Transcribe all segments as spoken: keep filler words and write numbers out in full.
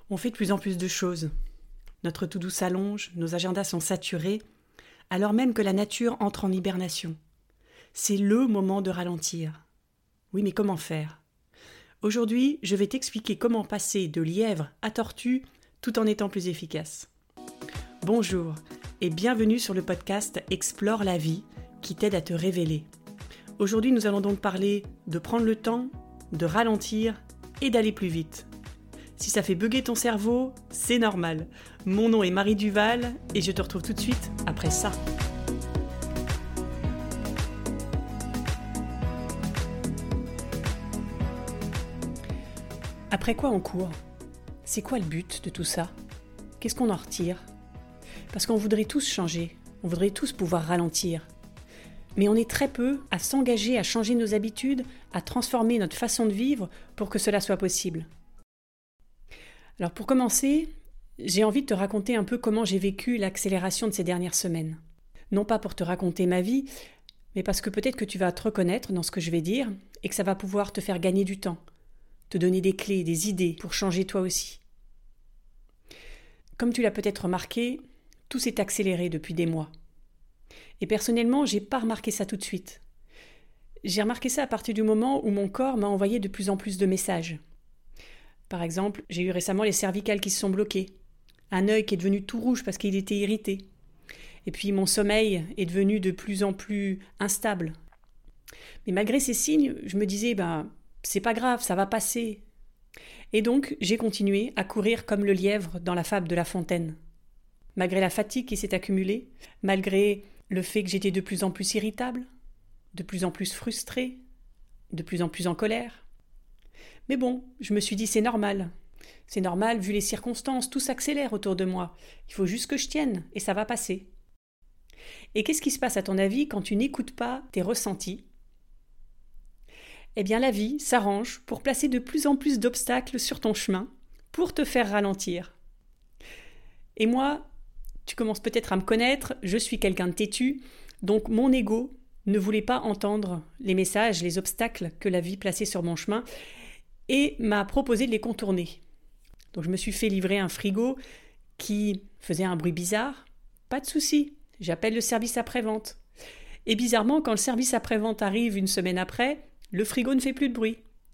On fait de plus en plus de choses. Notre to-do s'allonge, nos agendas sont saturés, alors même que la nature entre en hibernation. C'est le moment de ralentir. Oui, mais comment faire ? Aujourd'hui, je vais t'expliquer comment passer de lièvre à tortue tout en étant plus efficace. Bonjour et bienvenue sur le podcast Explore la vie qui t'aide à te révéler. Aujourd'hui, nous allons donc parler de prendre le temps, de ralentir et d'aller plus vite. Si ça fait bugger ton cerveau, c'est normal. Mon nom est Marie Duval et je te retrouve tout de suite après ça. Après quoi on court ? C'est quoi le but de tout ça ? Qu'est-ce qu'on en retire ? Parce qu'on voudrait tous changer, on voudrait tous pouvoir ralentir. Mais on est très peu à s'engager à changer nos habitudes, à transformer notre façon de vivre pour que cela soit possible. Alors pour commencer, j'ai envie de te raconter un peu comment j'ai vécu l'accélération de ces dernières semaines. Non pas pour te raconter ma vie, mais parce que peut-être que tu vas te reconnaître dans ce que je vais dire et que ça va pouvoir te faire gagner du temps, te donner des clés, des idées pour changer toi aussi. Comme tu l'as peut-être remarqué, tout s'est accéléré depuis des mois. Et personnellement, j'ai pas remarqué ça tout de suite. J'ai remarqué ça à partir du moment où mon corps m'a envoyé de plus en plus de messages. Par exemple, j'ai eu récemment les cervicales qui se sont bloquées, un œil qui est devenu tout rouge parce qu'il était irrité, et puis mon sommeil est devenu de plus en plus instable. Mais malgré ces signes, je me disais, ben, c'est pas grave, ça va passer. Et donc, j'ai continué à courir comme le lièvre dans la fable de La Fontaine. Malgré la fatigue qui s'est accumulée, malgré le fait que j'étais de plus en plus irritable, de plus en plus frustrée, de plus en plus en colère. Mais bon, je me suis dit c'est normal. C'est normal vu les circonstances, tout s'accélère autour de moi. Il faut juste que je tienne et ça va passer. Et qu'est-ce qui se passe à ton avis quand tu n'écoutes pas tes ressentis ? Eh bien la vie s'arrange pour placer de plus en plus d'obstacles sur ton chemin pour te faire ralentir. Et moi, tu commences peut-être à me connaître, je suis quelqu'un de têtu, donc mon ego ne voulait pas entendre les messages, les obstacles que la vie plaçait sur mon chemin et m'a proposé de les contourner. Donc je me suis fait livrer un frigo qui faisait un bruit bizarre. Pas de souci, j'appelle le service après-vente. Et bizarrement, quand le service après-vente arrive une semaine après, le frigo ne fait plus de bruit.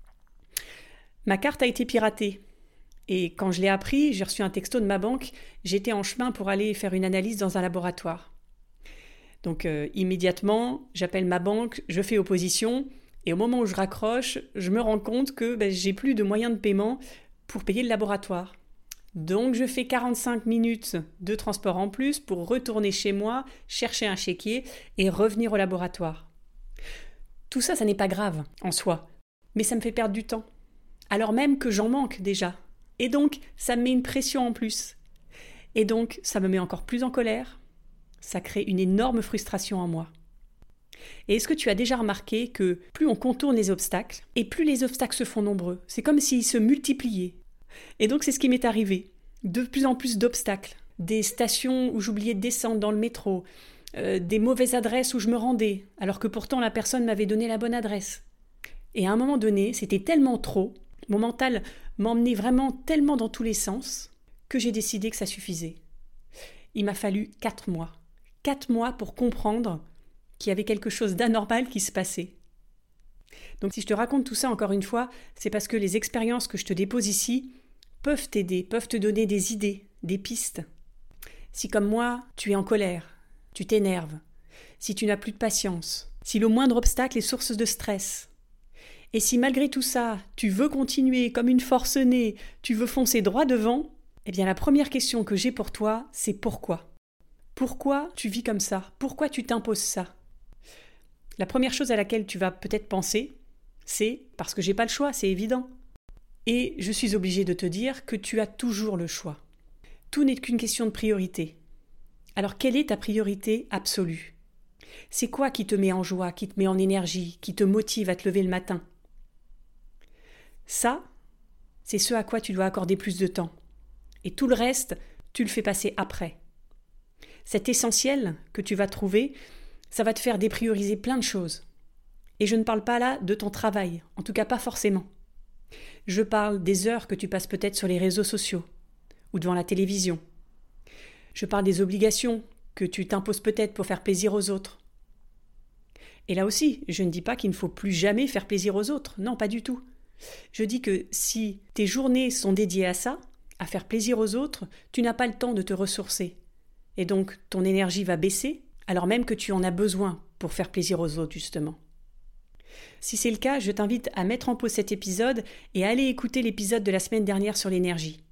Ma carte a été piratée. Et quand je l'ai appris, j'ai reçu un texto de ma banque. J'étais en chemin pour aller faire une analyse dans un laboratoire. Donc euh, immédiatement, j'appelle ma banque, je fais opposition. Et au moment où je raccroche, je me rends compte que ben, j'ai plus de moyens de paiement pour payer le laboratoire. Donc je fais quarante-cinq minutes de transport en plus pour retourner chez moi, chercher un chéquier et revenir au laboratoire. Tout ça, ça n'est pas grave en soi, mais ça me fait perdre du temps. Alors même que j'en manque déjà. Et donc, ça me met une pression en plus. Et donc, ça me met encore plus en colère. Ça crée une énorme frustration en moi. Et est-ce que tu as déjà remarqué que plus on contourne les obstacles, et plus les obstacles se font nombreux ? C'est comme s'ils se multipliaient. Et donc c'est ce qui m'est arrivé. De plus en plus d'obstacles. Des stations où j'oubliais de descendre dans le métro. Euh, des mauvaises adresses où je me rendais, alors que pourtant la personne m'avait donné la bonne adresse. Et à un moment donné, c'était tellement trop, mon mental m'emmenait vraiment tellement dans tous les sens, que j'ai décidé que ça suffisait. Il m'a fallu quatre mois. Quatre mois pour comprendre qu'il y avait quelque chose d'anormal qui se passait. Donc si je te raconte tout ça encore une fois, c'est parce que les expériences que je te dépose ici peuvent t'aider, peuvent te donner des idées, des pistes. Si comme moi, tu es en colère, tu t'énerves, si tu n'as plus de patience, si le moindre obstacle est source de stress, et si malgré tout ça, tu veux continuer comme une forcenée, tu veux foncer droit devant, eh bien la première question que j'ai pour toi, c'est pourquoi ? Pourquoi tu vis comme ça ? Pourquoi tu t'imposes ça ? La première chose à laquelle tu vas peut-être penser, c'est parce que j'ai pas le choix, c'est évident. Et je suis obligée de te dire que tu as toujours le choix. Tout n'est qu'une question de priorité. Alors quelle est ta priorité absolue ? C'est quoi qui te met en joie, qui te met en énergie, qui te motive à te lever le matin ? Ça, c'est ce à quoi tu dois accorder plus de temps. Et tout le reste, tu le fais passer après. Cet essentiel que tu vas trouver, ça va te faire déprioriser plein de choses. Et je ne parle pas là de ton travail, en tout cas pas forcément. Je parle des heures que tu passes peut-être sur les réseaux sociaux, ou devant la télévision. Je parle des obligations que tu t'imposes peut-être pour faire plaisir aux autres. Et là aussi, je ne dis pas qu'il ne faut plus jamais faire plaisir aux autres. Non, pas du tout. Je dis que si tes journées sont dédiées à ça, à faire plaisir aux autres, tu n'as pas le temps de te ressourcer. Et donc, ton énergie va baisser, alors même que tu en as besoin pour faire plaisir aux autres, justement. Si c'est le cas, je t'invite à mettre en pause cet épisode et à aller écouter l'épisode de la semaine dernière sur l'énergie.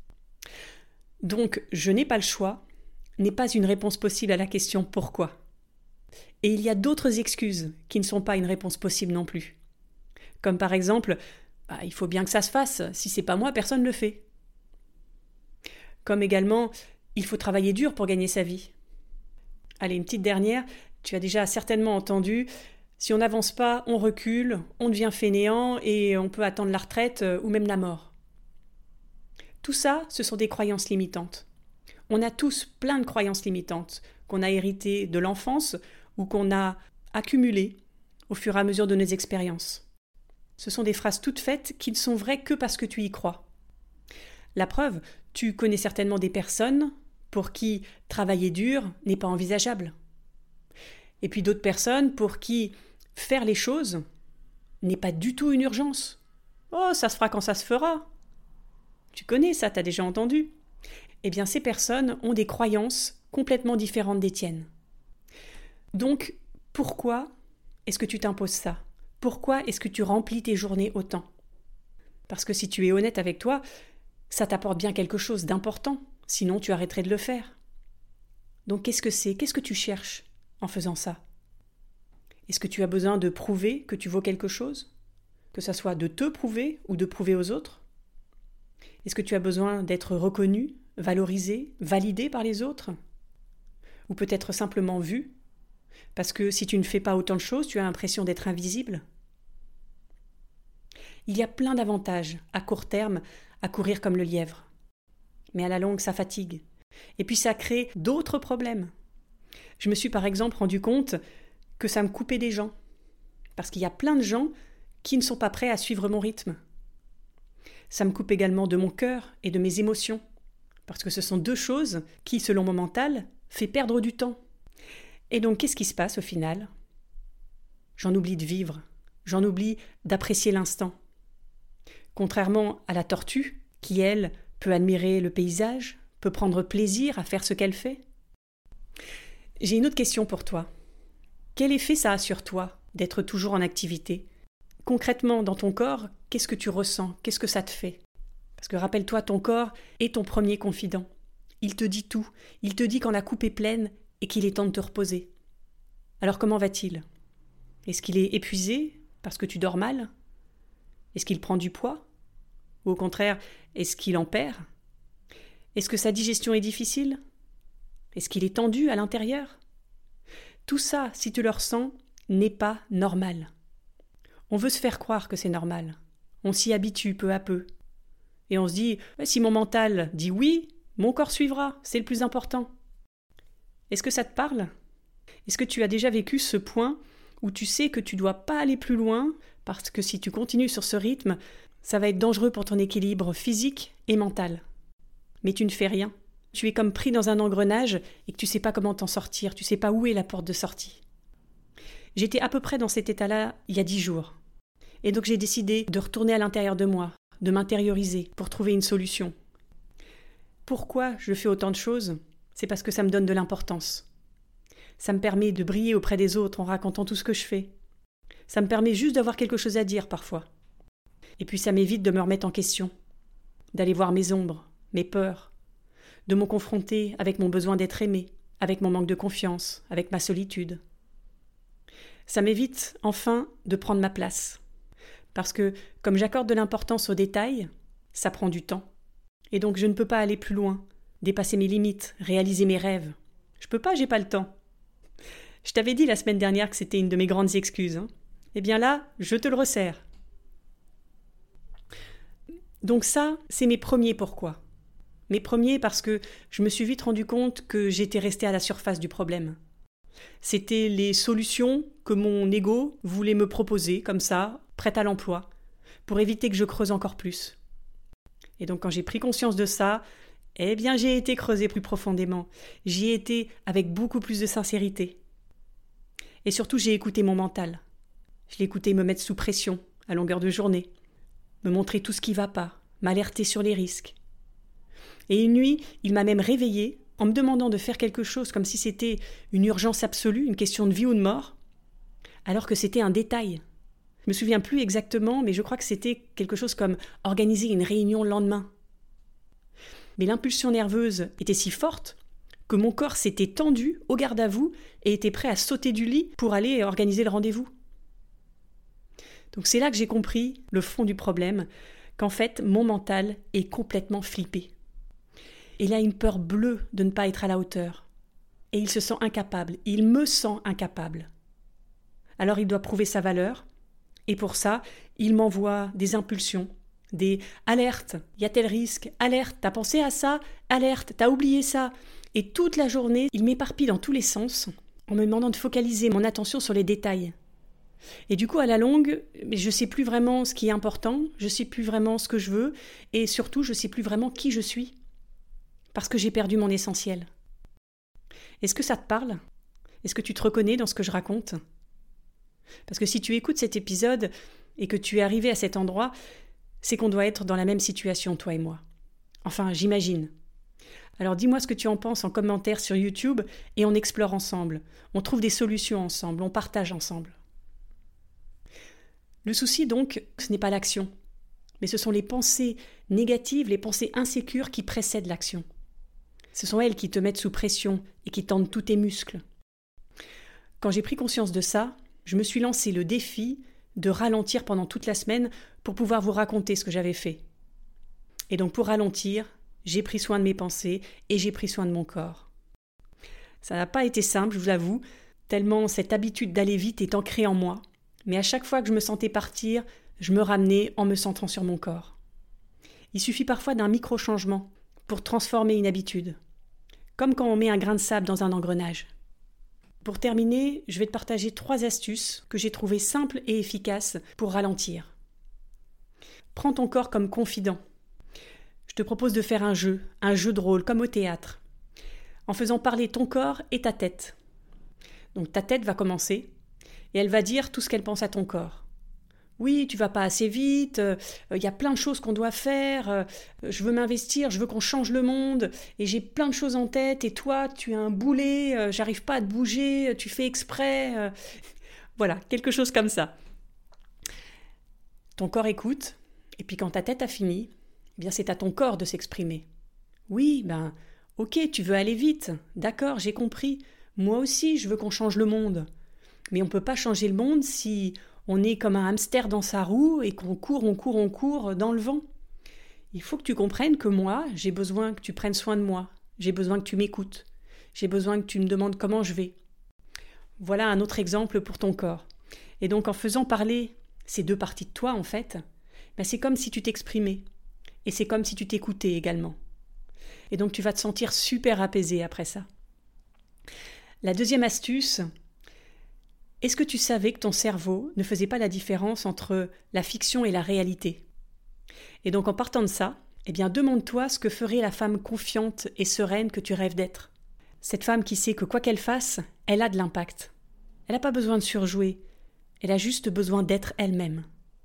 Donc, je n'ai pas le choix, n'est pas une réponse possible à la question « pourquoi ?». Et il y a d'autres excuses qui ne sont pas une réponse possible non plus. Comme par exemple, bah, il faut bien que ça se fasse, si c'est pas moi, personne ne le fait. Comme également, il faut travailler dur pour gagner sa vie. Allez, une petite dernière, tu as déjà certainement entendu, si on n'avance pas, on recule, on devient fainéant et on peut attendre la retraite ou même la mort. Tout ça, ce sont des croyances limitantes. On a tous plein de croyances limitantes qu'on a héritées de l'enfance ou qu'on a accumulées au fur et à mesure de nos expériences. Ce sont des phrases toutes faites qui ne sont vraies que parce que tu y crois. La preuve, tu connais certainement des personnes pour qui travailler dur n'est pas envisageable. Et puis d'autres personnes pour qui faire les choses n'est pas du tout une urgence. Oh, ça se fera quand ça se fera. Tu connais ça, t'as déjà entendu. Eh bien, ces personnes ont des croyances complètement différentes des tiennes. Donc, pourquoi est-ce que tu t'imposes ça ? Pourquoi est-ce que tu remplis tes journées autant ? Parce que si tu es honnête avec toi, ça t'apporte bien quelque chose d'important, sinon tu arrêterais de le faire. Donc qu'est-ce que c'est ? Qu'est-ce que tu cherches en faisant ça ? Est-ce que tu as besoin de prouver que tu vaux quelque chose ? Que ça soit de te prouver ou de prouver aux autres ? Est-ce que tu as besoin d'être reconnu, valorisé, validé par les autres ? Ou peut-être simplement vu ? Parce que si tu ne fais pas autant de choses, tu as l'impression d'être invisible. Il y a plein d'avantages, à court terme, à courir comme le lièvre. Mais à la longue, ça fatigue. Et puis ça crée d'autres problèmes. Je me suis par exemple rendu compte que ça me coupait des gens. Parce qu'il y a plein de gens qui ne sont pas prêts à suivre mon rythme. Ça me coupe également de mon cœur et de mes émotions. Parce que ce sont deux choses qui, selon mon mental, fait perdre du temps. Et donc, qu'est-ce qui se passe au final ? J'en oublie de vivre, j'en oublie d'apprécier l'instant. Contrairement à la tortue, qui, elle, peut admirer le paysage, peut prendre plaisir à faire ce qu'elle fait. J'ai une autre question pour toi. Quel effet ça a sur toi d'être toujours en activité ? Concrètement, dans ton corps, qu'est-ce que tu ressens ? Qu'est-ce que ça te fait ? Parce que rappelle-toi, ton corps est ton premier confident. Il te dit tout. Il te dit quand la coupe est pleine et qu'il est temps de te reposer. Alors comment va-t-il ? Est-ce qu'il est épuisé parce que tu dors mal ? Est-ce qu'il prend du poids ? Ou au contraire, est-ce qu'il en perd ? Est-ce que sa digestion est difficile ? Est-ce qu'il est tendu à l'intérieur ? Tout ça, si tu le ressens, n'est pas normal. On veut se faire croire que c'est normal. On s'y habitue peu à peu. Et on se dit, si mon mental dit oui, mon corps suivra, c'est le plus important. Est-ce que ça te parle ? Est-ce que tu as déjà vécu ce point où tu sais que tu ne dois pas aller plus loin parce que si tu continues sur ce rythme, ça va être dangereux pour ton équilibre physique et mental. Mais tu ne fais rien. Tu es comme pris dans un engrenage et que tu ne sais pas comment t'en sortir, tu ne sais pas où est la porte de sortie. J'étais à peu près dans cet état-là il y a dix jours. Et donc j'ai décidé de retourner à l'intérieur de moi, de m'intérioriser pour trouver une solution. Pourquoi je fais autant de choses ? C'est parce que ça me donne de l'importance. Ça me permet de briller auprès des autres en racontant tout ce que je fais. Ça me permet juste d'avoir quelque chose à dire parfois. Et puis ça m'évite de me remettre en question, d'aller voir mes ombres, mes peurs, de me confronter avec mon besoin d'être aimé, avec mon manque de confiance, avec ma solitude. Ça m'évite enfin de prendre ma place. Parce que comme j'accorde de l'importance aux détails, ça prend du temps. Et donc je ne peux pas aller plus loin, dépasser mes limites, réaliser mes rêves. Je peux pas, j'ai pas le temps. Je t'avais dit la semaine dernière que c'était une de mes grandes excuses. Hein. Eh bien là, je te le resserre. Donc ça, c'est mes premiers pourquoi. Mes premiers parce que je me suis vite rendu compte que j'étais restée à la surface du problème. C'était les solutions que mon ego voulait me proposer, comme ça, prête à l'emploi, pour éviter que je creuse encore plus. Et donc quand j'ai pris conscience de ça, Eh bien, j'ai été creuser plus profondément. J'y ai été avec beaucoup plus de sincérité. Et surtout, j'ai écouté mon mental. Je l'ai écouté me mettre sous pression, à longueur de journée, me montrer tout ce qui ne va pas, m'alerter sur les risques. Et une nuit, il m'a même réveillée en me demandant de faire quelque chose comme si c'était une urgence absolue, une question de vie ou de mort, alors que c'était un détail. Je me souviens plus exactement, mais je crois que c'était quelque chose comme organiser une réunion le lendemain. Mais l'impulsion nerveuse était si forte que mon corps s'était tendu au garde à vous et était prêt à sauter du lit pour aller organiser le rendez-vous. Donc c'est là que j'ai compris le fond du problème, qu'en fait mon mental est complètement flippé. Il a une peur bleue de ne pas être à la hauteur. Et il se sent incapable, il me sent incapable. Alors il doit prouver sa valeur, et pour ça, il m'envoie des impulsions, des alertes, y a tel risque, alerte, t'as pensé à ça, alerte, t'as oublié ça. Et toute la journée, il m'éparpille dans tous les sens, en me demandant de focaliser mon attention sur les détails. Et du coup, à la longue, je ne sais plus vraiment ce qui est important, je ne sais plus vraiment ce que je veux, et surtout, je ne sais plus vraiment qui je suis, parce que j'ai perdu mon essentiel. Est-ce que ça te parle ? Est-ce que tu te reconnais dans ce que je raconte ? Parce que si tu écoutes cet épisode et que tu es arrivé à cet endroit, c'est qu'on doit être dans la même situation, toi et moi. Enfin, j'imagine. Alors dis-moi ce que tu en penses en commentaire sur YouTube et on explore ensemble. On trouve des solutions ensemble, on partage ensemble. Le souci donc, ce n'est pas l'action, mais ce sont les pensées négatives, les pensées insécures qui précèdent l'action. Ce sont elles qui te mettent sous pression et qui tendent tous tes muscles. Quand j'ai pris conscience de ça, je me suis lancé le défi de ralentir pendant toute la semaine pour pouvoir vous raconter ce que j'avais fait. Et donc pour ralentir, j'ai pris soin de mes pensées et j'ai pris soin de mon corps. Ça n'a pas été simple, je vous l'avoue, tellement cette habitude d'aller vite est ancrée en moi. Mais à chaque fois que je me sentais partir, je me ramenais en me centrant sur mon corps. Il suffit parfois d'un micro-changement pour transformer une habitude, comme quand on met un grain de sable dans un engrenage. Pour terminer, je vais te partager trois astuces que j'ai trouvées simples et efficaces pour ralentir. Prends ton corps comme confident. Je te propose de faire un jeu, un jeu de rôle, comme au théâtre, en faisant parler ton corps et ta tête. Donc ta tête va commencer, et elle va dire tout ce qu'elle pense à ton corps. Oui, tu vas pas assez vite, il euh, y a plein de choses qu'on doit faire, euh, je veux m'investir, je veux qu'on change le monde, et j'ai plein de choses en tête, et toi, tu es un boulet, euh, j'arrive pas à te bouger, tu fais exprès. Euh... Voilà, quelque chose comme ça. Ton corps écoute, et puis quand ta tête a fini, eh bien c'est à ton corps de s'exprimer. Oui, ben, ok, tu veux aller vite, d'accord, j'ai compris, moi aussi je veux qu'on change le monde. Mais on ne peut pas changer le monde si on est comme un hamster dans sa roue et qu'on court, on court, on court dans le vent. Il faut que tu comprennes que moi, j'ai besoin que tu prennes soin de moi. J'ai besoin que tu m'écoutes. J'ai besoin que tu me demandes comment je vais. Voilà un autre exemple pour ton corps. Et donc en faisant parler ces deux parties de toi, en fait, ben c'est comme si tu t'exprimais. Et c'est comme si tu t'écoutais également. Et donc tu vas te sentir super apaisé après ça. La deuxième astuce... Est-ce que tu savais que ton cerveau ne faisait pas la différence entre la fiction et la réalité ? Et donc en partant de ça, eh bien demande-toi ce que ferait la femme confiante et sereine que tu rêves d'être. Cette femme qui sait que quoi qu'elle fasse, elle a de l'impact. Elle n'a pas besoin de surjouer, elle a juste besoin d'être elle-même.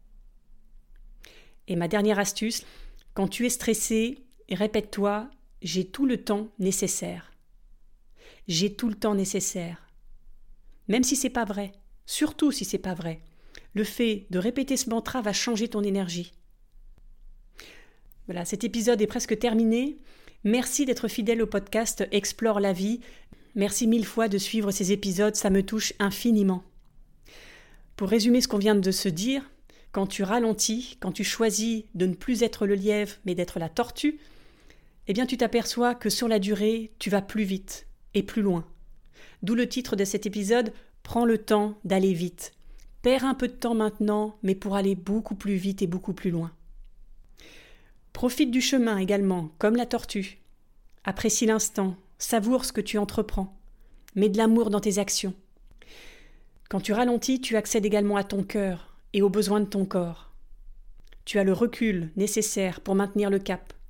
Et ma dernière astuce, quand tu es stressé, répète-toi « j'ai tout le temps nécessaire ». J'ai tout le temps nécessaire. Même si c'est pas vrai, surtout si c'est pas vrai, le fait de répéter ce mantra va changer ton énergie. Voilà, cet épisode est presque terminé. Merci d'être fidèle au podcast Explore la vie. Merci mille fois de suivre ces épisodes, ça me touche infiniment. Pour résumer ce qu'on vient de se dire, quand tu ralentis, quand tu choisis de ne plus être le lièvre mais d'être la tortue, eh bien tu t'aperçois que sur la durée, tu vas plus vite et plus loin. D'où le titre de cet épisode « Prends le temps d'aller vite ». Perds un peu de temps maintenant, mais pour aller beaucoup plus vite et beaucoup plus loin. Profite du chemin également, comme la tortue. Apprécie l'instant, savoure ce que tu entreprends. Mets de l'amour dans tes actions. Quand tu ralentis, tu accèdes également à ton cœur et aux besoins de ton corps. Tu as le recul nécessaire pour maintenir le cap.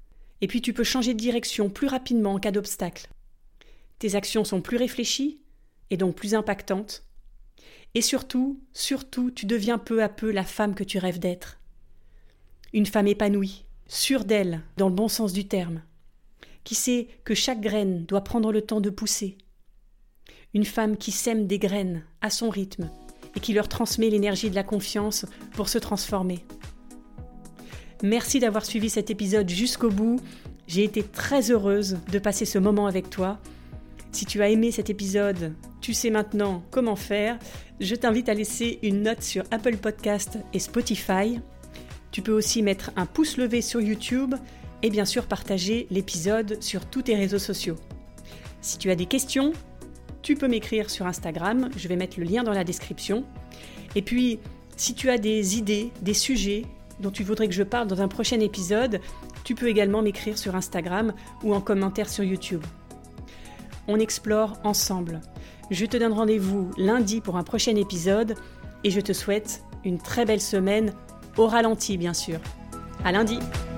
Et puis tu peux changer de direction plus rapidement en cas d'obstacle. Tes actions sont plus réfléchies et donc plus impactantes. Et surtout, surtout, tu deviens peu à peu la femme que tu rêves d'être. Une femme épanouie, sûre d'elle, dans le bon sens du terme, qui sait que chaque graine doit prendre le temps de pousser. Une femme qui sème des graines à son rythme et qui leur transmet l'énergie de la confiance pour se transformer. Merci d'avoir suivi cet épisode jusqu'au bout. J'ai été très heureuse de passer ce moment avec toi. Si tu as aimé cet épisode, tu sais maintenant comment faire. Je t'invite à laisser une note sur Apple Podcast et Spotify. Tu peux aussi mettre un pouce levé sur YouTube et bien sûr partager l'épisode sur tous tes réseaux sociaux. Si tu as des questions, tu peux m'écrire sur Instagram, je vais mettre le lien dans la description. Et puis, si tu as des idées, des sujets dont tu voudrais que je parle dans un prochain épisode, tu peux également m'écrire sur Instagram ou en commentaire sur YouTube. On explore ensemble. Je te donne rendez-vous lundi pour un prochain épisode et je te souhaite une très belle semaine, au ralenti bien sûr. À lundi!